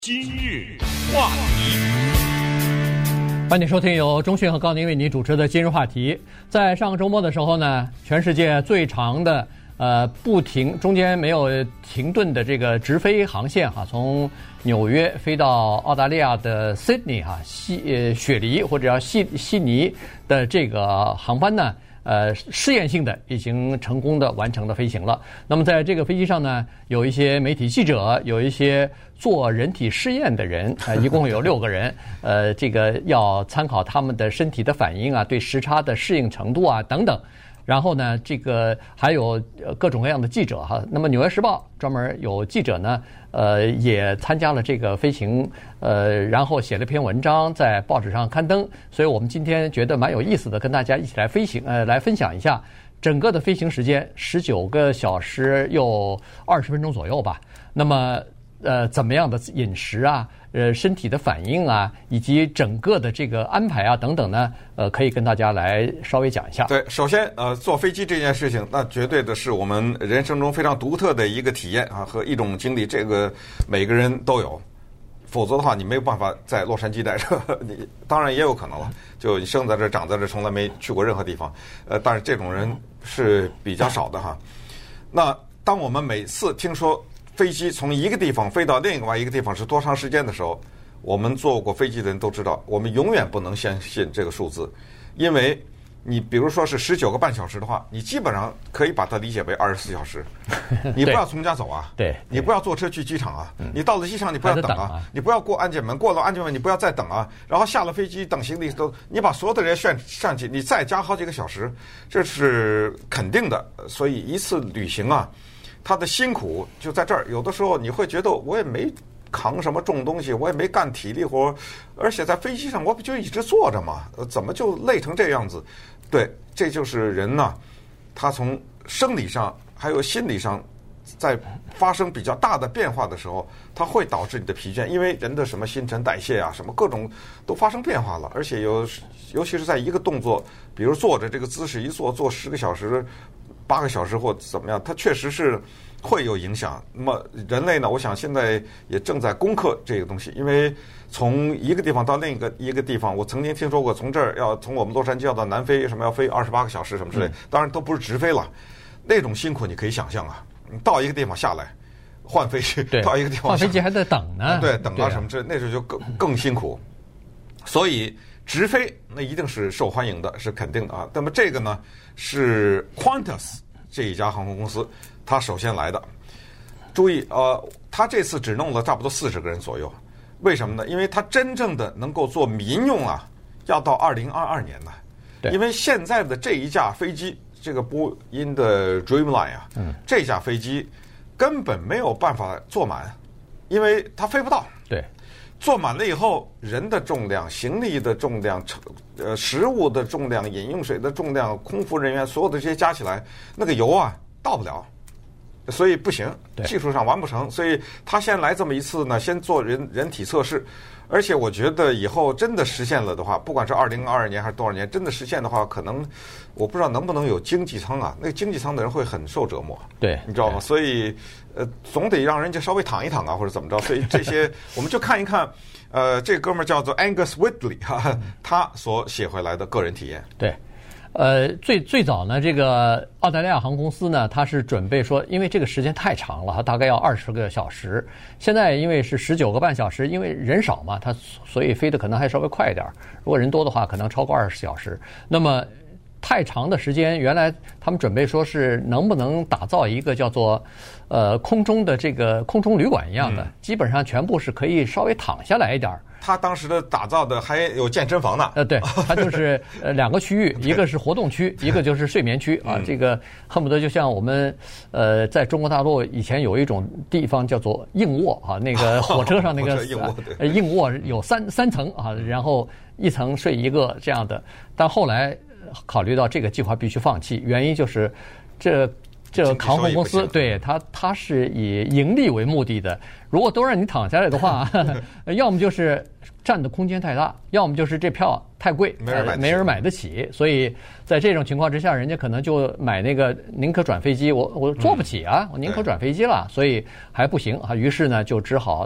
今日话题， 欢迎收听由钟迅和高宁为你主持的今日话题。在上个周末的时候呢，全世界最长的不停中间没有停顿的这个直飞航线哈，从纽约飞到澳大利亚的 Sydney 哈雪梨或者叫悉尼的这个航班呢，试验性的已经成功的完成了飞行了。那么在这个飞机上呢，有一些媒体记者，有一些做人体试验的人，一共有6个人，这个要参考他们的身体的反应啊，对时差的适应程度啊等等。然后呢，这个还有各种各样的记者哈。那么《纽约时报》专门有记者呢，也参加了这个飞行，然后写了篇文章在报纸上刊登。所以我们今天觉得蛮有意思的，跟大家一起来来分享一下整个的飞行时间，19个小时又20分钟左右吧。那么怎么样的饮食啊，身体的反应啊，以及整个的这个安排啊等等呢，可以跟大家来稍微讲一下。 对，首先坐飞机这件事情，那绝对的是我们人生中非常独特的一个体验啊和一种经历，这个每个人都有。否则的话，你没有办法在洛杉矶待着。你当然也有可能了，就你生在这长在这，从来没去过任何地方。但是这种人是比较少的哈。那当我们每次听说飞机从一个地方飞到另外一个地方是多长时间的时候，我们坐过飞机的人都知道，我们永远不能相信这个数字，因为你比如说是19个半小时的话，你基本上可以把它理解为24小时。你不要从家走啊， 对， 你不要坐车去机场啊，你到了机场你不要等啊，你不要过安检门，过了安检门你不要再等啊，然后下了飞机等行李都，你把所有的人上去，你再加好几个小时，这是肯定的。所以一次旅行啊，它的辛苦就在这儿。有的时候你会觉得我也没扛什么重东西，我也没干体力活，而且在飞机上我不就一直坐着嘛，怎么就累成这样子？对，这就是人呢，他从生理上还有心理上，在发生比较大的变化的时候，它会导致你的疲倦，因为人的什么新陈代谢啊，什么各种都发生变化了，而且尤其是在一个动作，比如坐着这个姿势一坐10个小时、8个小时或怎么样，它确实是会有影响。那么人类呢，我想现在也正在攻克这个东西，因为从一个地方到另一个地方，我曾经听说过，从这儿要从我们洛杉矶要到南非，什么要飞28个小时什么之类，当然都不是直飞了，那种辛苦你可以想象啊。你到一个地方下来换飞机，到一个地方换飞机还在等呢， 对，等啊什么之类，那时候就更辛苦。所以直飞那一定是受欢迎的，是肯定的啊。那么这个呢是 Qantas 这一家航空公司，它首先来的。注意它这次只弄了差不多40个人左右。为什么呢？因为它真正的能够做民用啊，要到2022年呢。因为现在的这一架飞机，这个波音的 Dreamline 啊，这架飞机根本没有办法坐满，因为它飞不到。 对， 坐满了以后，人的重量、行李的重量、食物的重量、饮用水的重量、空服人员所有的这些加起来，那个油啊到不了。所以不行，技术上完不成，所以他先来这么一次呢，先做人体测试，而且我觉得以后真的实现了的话，不管是2022年还是多少年，真的实现的话，可能我不知道能不能有经济舱啊，那个经济舱的人会很受折磨， 对， 你知道吗？所以总得让人家稍微躺一躺啊，或者怎么着，所以这些我们就看一看，这哥们儿叫做 Angus Whitley 哈，他所写回来的个人体验， 对。最早呢，这个澳大利亚航空公司呢，它是准备说，因为这个时间太长了，大概要20个小时。现在因为是19个半小时，因为人少嘛，它所以飞得可能还稍微快一点。如果人多的话，可能超过20小时。那么太长的时间，原来他们准备说是能不能打造一个叫做空中的这个空中旅馆一样的，基本上全部是可以稍微躺下来一点。 他当时的打造的还有健身房呢。 对，它就是2个区域，一个是活动区，一个就是睡眠区啊。这个恨不得就像我们在中国大陆以前有一种地方叫做硬卧啊，那个火车上那个硬卧有三层啊，然后一层睡一个这样的。但后来考虑到这个计划必须放弃，原因就是这航空公司对它是以盈利为目的的。如果都让你躺下来的话，要么就是占的空间太大，要么就是这票太贵，没人买得起。所以在这种情况之下，人家可能就买那个宁可转飞机，我坐不起啊，我宁可转飞机了，所以还不行啊。于是呢，就只好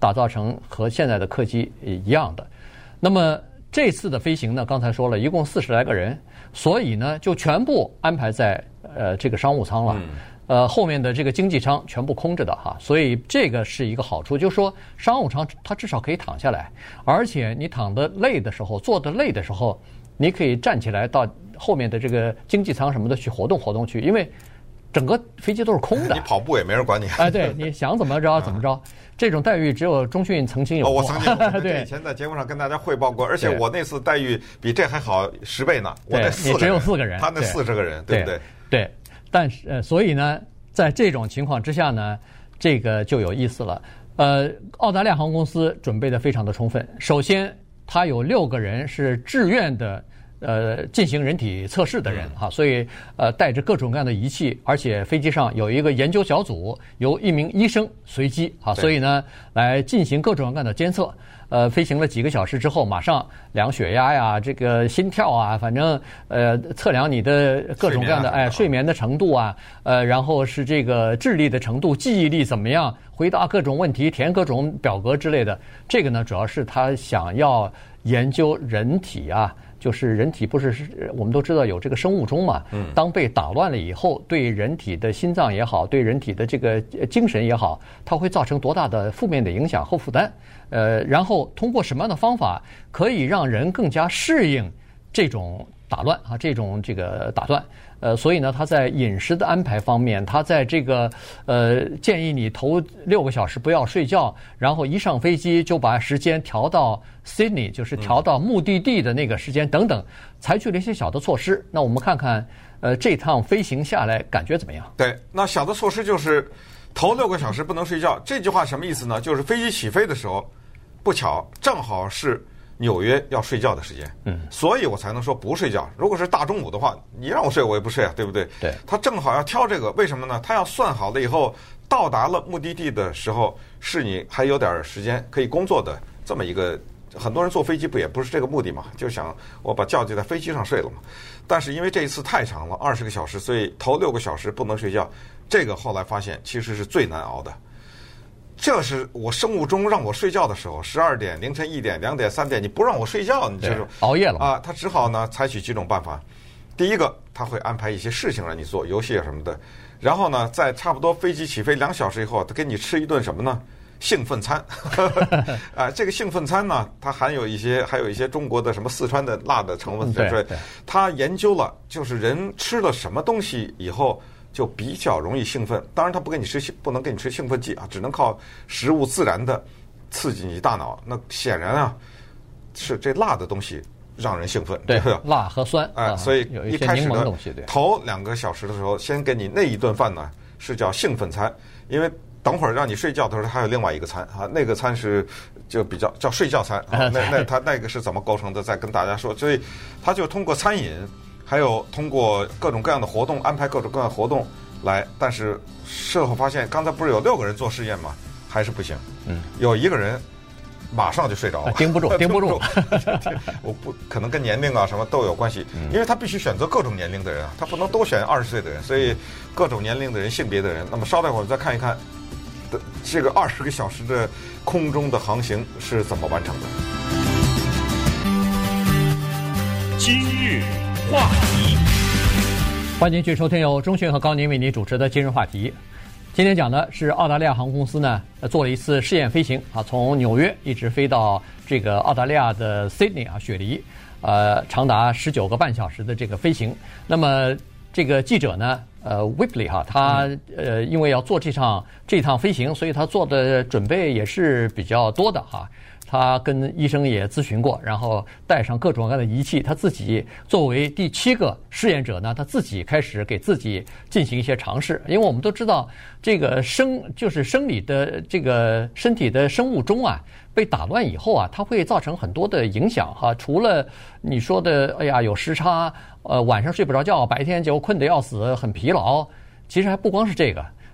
打造成和现在的客机一样的。那么这次的飞行呢，刚才说了一共40来个人，所以呢就全部安排在这个商务舱了。后面的这个经济舱全部空着的哈，所以这个是一个好处，就是说商务舱它至少可以躺下来，而且你躺得累的时候，坐得累的时候，你可以站起来到后面的这个经济舱什么的去活动活动去，因为整个飞机都是空的， 你跑步也没人管你。 哎，对，你想怎么着怎么着，这种待遇只有中讯曾经有过。 我曾经对以前在节目上跟大家汇报过，而且我那次待遇比这还好10倍呢。我那你只有4个人， 他那40个人，对不对？ 对，但是所以呢，在这种情况之下呢，这个就有意思了。澳大利亚航空公司准备的非常的充分。首先，它有6个人是志愿的。进行人体测试的人哈，所以带着各种各样的仪器，而且飞机上有一个研究小组，由1名医生随机啊，所以呢来进行各种各样的监测。飞行了几个小时之后，马上量血压呀，这个心跳啊，反正测量你的各种各样的睡眠的程度啊，然后是这个智力的程度、记忆力怎么样，回答各种问题、填各种表格之类的。这个呢，主要是他想要研究人体啊。就是人体不是我们都知道有这个生物钟嘛，当被打乱了以后，对人体的心脏也好，对人体的这个精神也好，它会造成多大的负面的影响和负担？然后通过什么样的方法可以让人更加适应这种打乱啊，这个打断？所以呢，他在饮食的安排方面，他在这个建议你头6个小时不要睡觉，然后一上飞机就把时间调到 Sydney， 就是调到目的地的那个时间等等，采取了一些小的措施。那我们看看这趟飞行下来感觉怎么样？ 对，那小的措施就是头6个小时不能睡觉。这句话什么意思呢？就是飞机起飞的时候，不巧正好是纽约要睡觉的时间，所以我才能说不睡觉。如果是大中午的话，你让我睡我也不睡啊，对不对？ 对， 他正好要挑这个，为什么呢？他要算好了以后，到达了目的地的时候，是你还有点时间可以工作的这么一个。很多人坐飞机不也不是这个目的嘛，就想我把觉就在飞机上睡了嘛。但是因为这一次太长了，20个小时，所以头6个小时不能睡觉。这个后来发现其实是最难熬的。这是我生物钟让我睡觉的时候，12点、凌晨1点、2点、3点，你不让我睡觉，你就是熬夜了啊。他只好呢采取几种办法。第一个，他会安排一些事情让你做，游戏什么的。然后呢，在差不多飞机起飞2小时以后，他给你吃一顿什么呢？兴奋餐。这个兴奋餐呢，它还有一些中国的什么四川的辣的成分。 对， 他研究了，就是人吃了什么东西以后。就比较容易兴奋，当然他不能给你吃兴奋剂啊，只能靠食物自然的刺激你大脑。那显然啊，是这辣的东西让人兴奋， 对，辣和酸， 所以一开始的头2个小时的时候，先给你那一顿饭呢是叫兴奋餐，因为等会儿让你睡觉的时候还有另外一个餐啊，那个餐是就比较叫睡觉餐啊，他那个是怎么构成的？再跟大家说，所以他就通过餐饮。还有通过各种各样的活动安排各种各样的活动来，但是事后发现，刚才不是有6个人做实验吗？还是不行。有1个人马上就睡着了， 盯不住。 我不可能跟年龄啊什么都有关系，因为他必须选择各种年龄的人啊，他不能都选20岁的人，所以各种年龄的人、性别的人。那么稍待会儿再看一看这个20个小时的空中的航行是怎么完成的。 今日话题， 欢迎继续收听由钟迅和高宁为你主持的今日话题。今天讲的是澳大利亚航空公司呢做了一次试验飞行啊，从纽约一直飞到这个澳大利亚的 Sydney 啊雪梨，长达19个半小时的这个飞行。那么这个记者呢Whipley 哈，他因为要做这趟飞行，所以他做的准备也是比较多的哈。他跟医生也咨询过，然后带上各种各样的仪器，他自己作为第7个试验者呢，他自己开始给自己进行一些尝试。因为我们都知道，这个就是生理的这个身体的生物钟啊，被打乱以后啊，它会造成很多的影响哈。除了你说的，哎呀有时差，晚上睡不着觉，白天就困得要死，很疲劳。其实还不光是这个。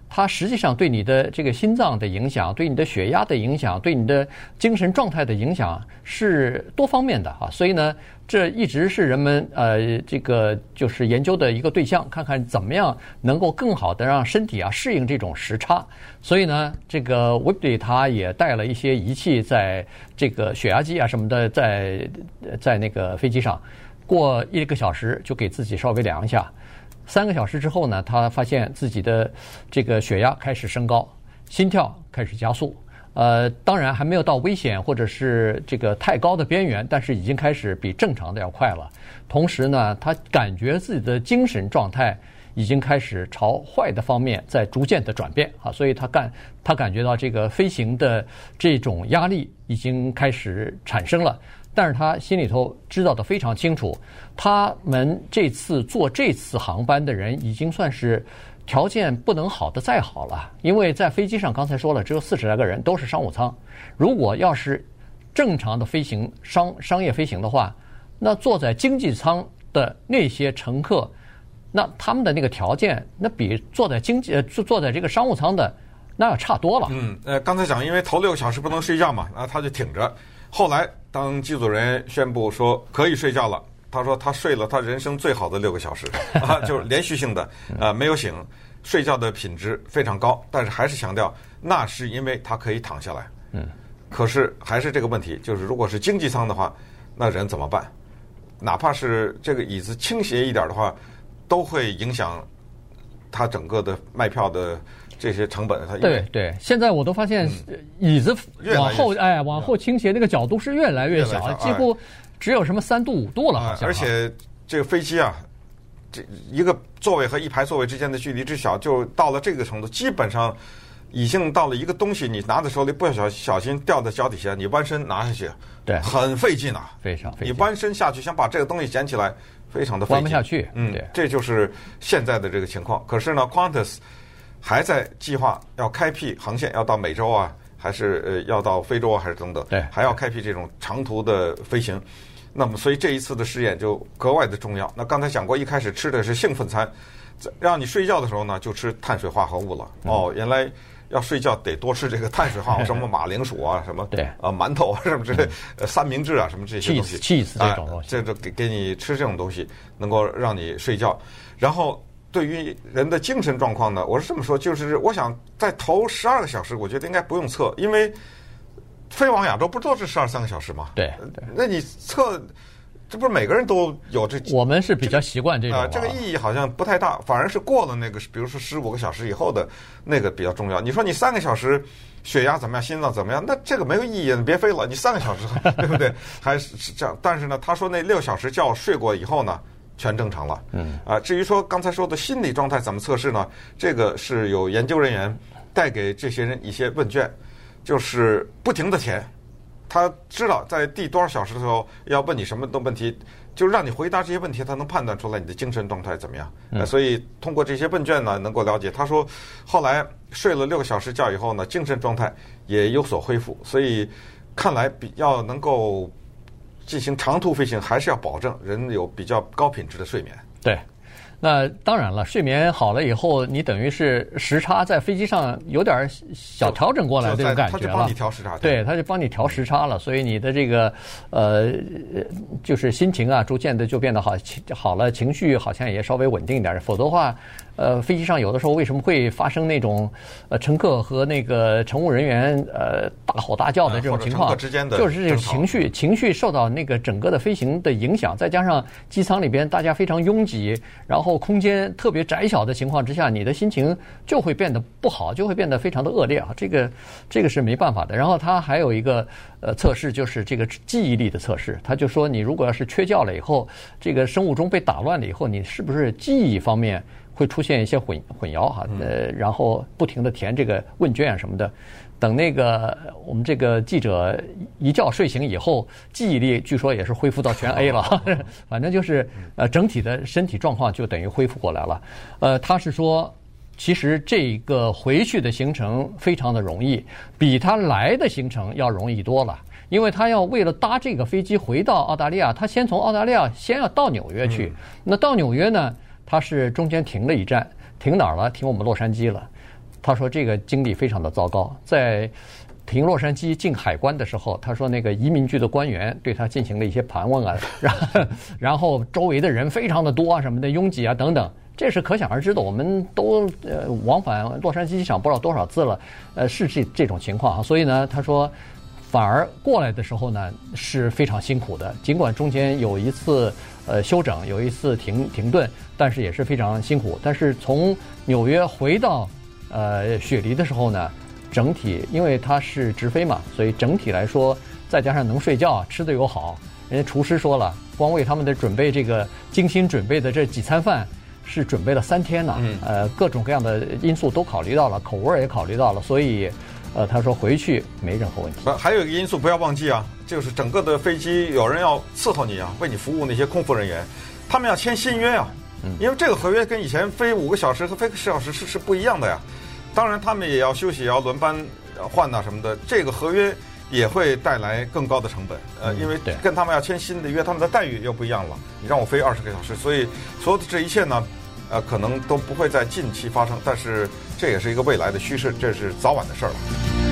它实际上对你的这个心脏的影响，对你的血压的影响，对你的精神状态的影响是多方面的啊。所以呢，这一直是人们这个就是研究的一个对象，看看怎么样能够更好的让身体啊适应这种时差。所以呢，这个 Whibley 他也带了一些仪器在这个血压计啊什么的，在那个飞机上，过1个小时就给自己稍微量一下。3个小时之后呢，他发现自己的这个血压开始升高，心跳开始加速。当然还没有到危险或者是这个太高的边缘，但是已经开始比正常的要快了。同时呢，他感觉自己的精神状态已经开始朝坏的方面在逐渐的转变啊，所以他感觉到这个飞行的这种压力已经开始产生了。但是他心里头知道的非常清楚，他们这次坐这次航班的人已经算是条件不能好的再好了，因为在飞机上刚才说了，只有40来个人，都是商务舱。如果要是正常的飞行商业飞行的话，那坐在经济舱的那些乘客，那他们的那个条件，那比坐在这个商务舱的那要差多了。 刚才讲，因为头6个小时不能睡觉嘛，然后他就挺着。后来当机组人员宣布说可以睡觉了，他说他睡了他人生最好的6个小时啊，就是连续性的没有醒，睡觉的品质非常高。但是还是强调，那是因为他可以躺下来。可是还是这个问题，就是如果是经济舱的话，那人怎么办？哪怕是这个椅子倾斜一点的话，都会影响他整个的卖票的这些成本。 对，现在我都发现椅子往后倾斜，那个角度是越来越小，几乎只有什么3度5度了，好像。 而且这个飞机啊，这一个座位和一排座位之间的距离之小，就到了这个程度，基本上已经到了一个东西你拿在手里不小心掉在脚底下，你弯身拿下去， 对， 很费劲啊， 非常费劲。 你弯身下去想把这个东西捡起来，非常的费劲， 弯不下去。对， 这就是现在的这个情况。可是呢 ，Qantas 还在计划要开辟航线，要到美洲啊，还是要到非洲啊，还是等等， 对， 还要开辟这种长途的飞行。那么，所以这一次的试验就格外的重要。那刚才讲过，一开始吃的是兴奋餐，让你睡觉的时候呢，就吃碳水化合物了。原来要睡觉得多吃这个碳水化合物，什么马铃薯啊，什么对馒头啊，什么之类，三明治啊，什么这些东西 ，cheese 这种东西， 这给你吃这种东西，能够让你睡觉。然后对于人的精神状况呢，我是这么说，就是我想在头12个小时，我觉得应该不用测，因为飞往亚洲不都是13个小时吗？ 对， 那你测，这不是每个人都有这？ 我们是比较习惯这种这个意义好像不太大，反而是过了那个，比如说15个小时以后的那个比较重要。你说你3个小时血压怎么样，心脏怎么样？那这个没有意义，你别飞了，你3个小时，对不对？还是这样。但是呢，他说那6小时觉睡过以后呢，全正常了。至于说刚才说的心理状态怎么测试呢？这个是有研究人员带给这些人一些问卷，就是不停的填。他知道在第多少小时的时候要问你什么的问题，就是让你回答这些问题，他能判断出来你的精神状态怎么样。所以通过这些问卷呢，能够了解。他说，后来睡了6个小时觉以后呢，精神状态也有所恢复。所以看来要能够进行长途飞行，还是要保证人有比较高品质的睡眠。 对。那当然了，睡眠好了以后，你等于是时差在飞机上有点小调整过来这种感觉了。 他就帮你调时差， 对，他就帮你调时差了，所以你的这个就是心情啊，逐渐的就变得好了，情绪好像也稍微稳定一点。否则的话，飞机上有的时候为什么会发生那种乘客和那个乘务人员大吼大叫的这种情况？就是这个情绪受到那个整个的飞行的影响，再加上机舱里边大家非常拥挤，然后空间特别窄小的情况之下，你的心情就会变得不好，就会变得非常的恶劣啊！这个是没办法的。然后它还有一个测试，就是这个记忆力的测试。他就说，你如果要是缺觉了以后，这个生物钟被打乱了以后，你是不是记忆方面会出现一些混淆哈？然后不停的填这个问卷什么的。等那个我们这个记者一觉睡醒以后，记忆力据说也是恢复到全 A 了，反正就是整体的身体状况就等于恢复过来了。他是说，其实这个回去的行程非常的容易，比他来的行程要容易多了，因为他要为了搭这个飞机回到澳大利亚，他先从澳大利亚先要到纽约去。那到纽约呢，他是中间停了一站，停哪儿了？停我们洛杉矶了。 他说这个经历非常的糟糕，在停洛杉矶进海关的时候，他说那个移民局的官员对他进行了一些盘问啊，然后周围的人非常的多啊，什么的拥挤啊等等，这是可想而知的。我们都往返洛杉矶机场不知道多少次了，是这种情况啊。所以呢，他说反而过来的时候呢是非常辛苦的，尽管中间有一次休整，有一次停顿，但是也是非常辛苦。但是从纽约回到雪梨的时候呢，整体因为它是直飞嘛，所以整体来说，再加上能睡觉，吃得又好，人家厨师说了，光为他们的准备这个精心准备的这几餐饭是准备了3天呢。各种各样的因素都考虑到了，口味也考虑到了，所以他说回去没任何问题。 还有一个因素不要忘记啊，就是整个的飞机有人要伺候你啊，为你服务那些空服人员，他们要签新约啊，因为这个合约跟以前飞5个小时和飞10小时是不一样的呀。当然他们也要休息，也要轮班换啊什么的，这个合约也会带来更高的成本。因为跟他们要签新的约，他们的待遇又不一样了。你让我飞20个小时，所以所有的这一切呢，可能都不会在近期发生，但是这也是一个未来的趋势，这是早晚的事儿了。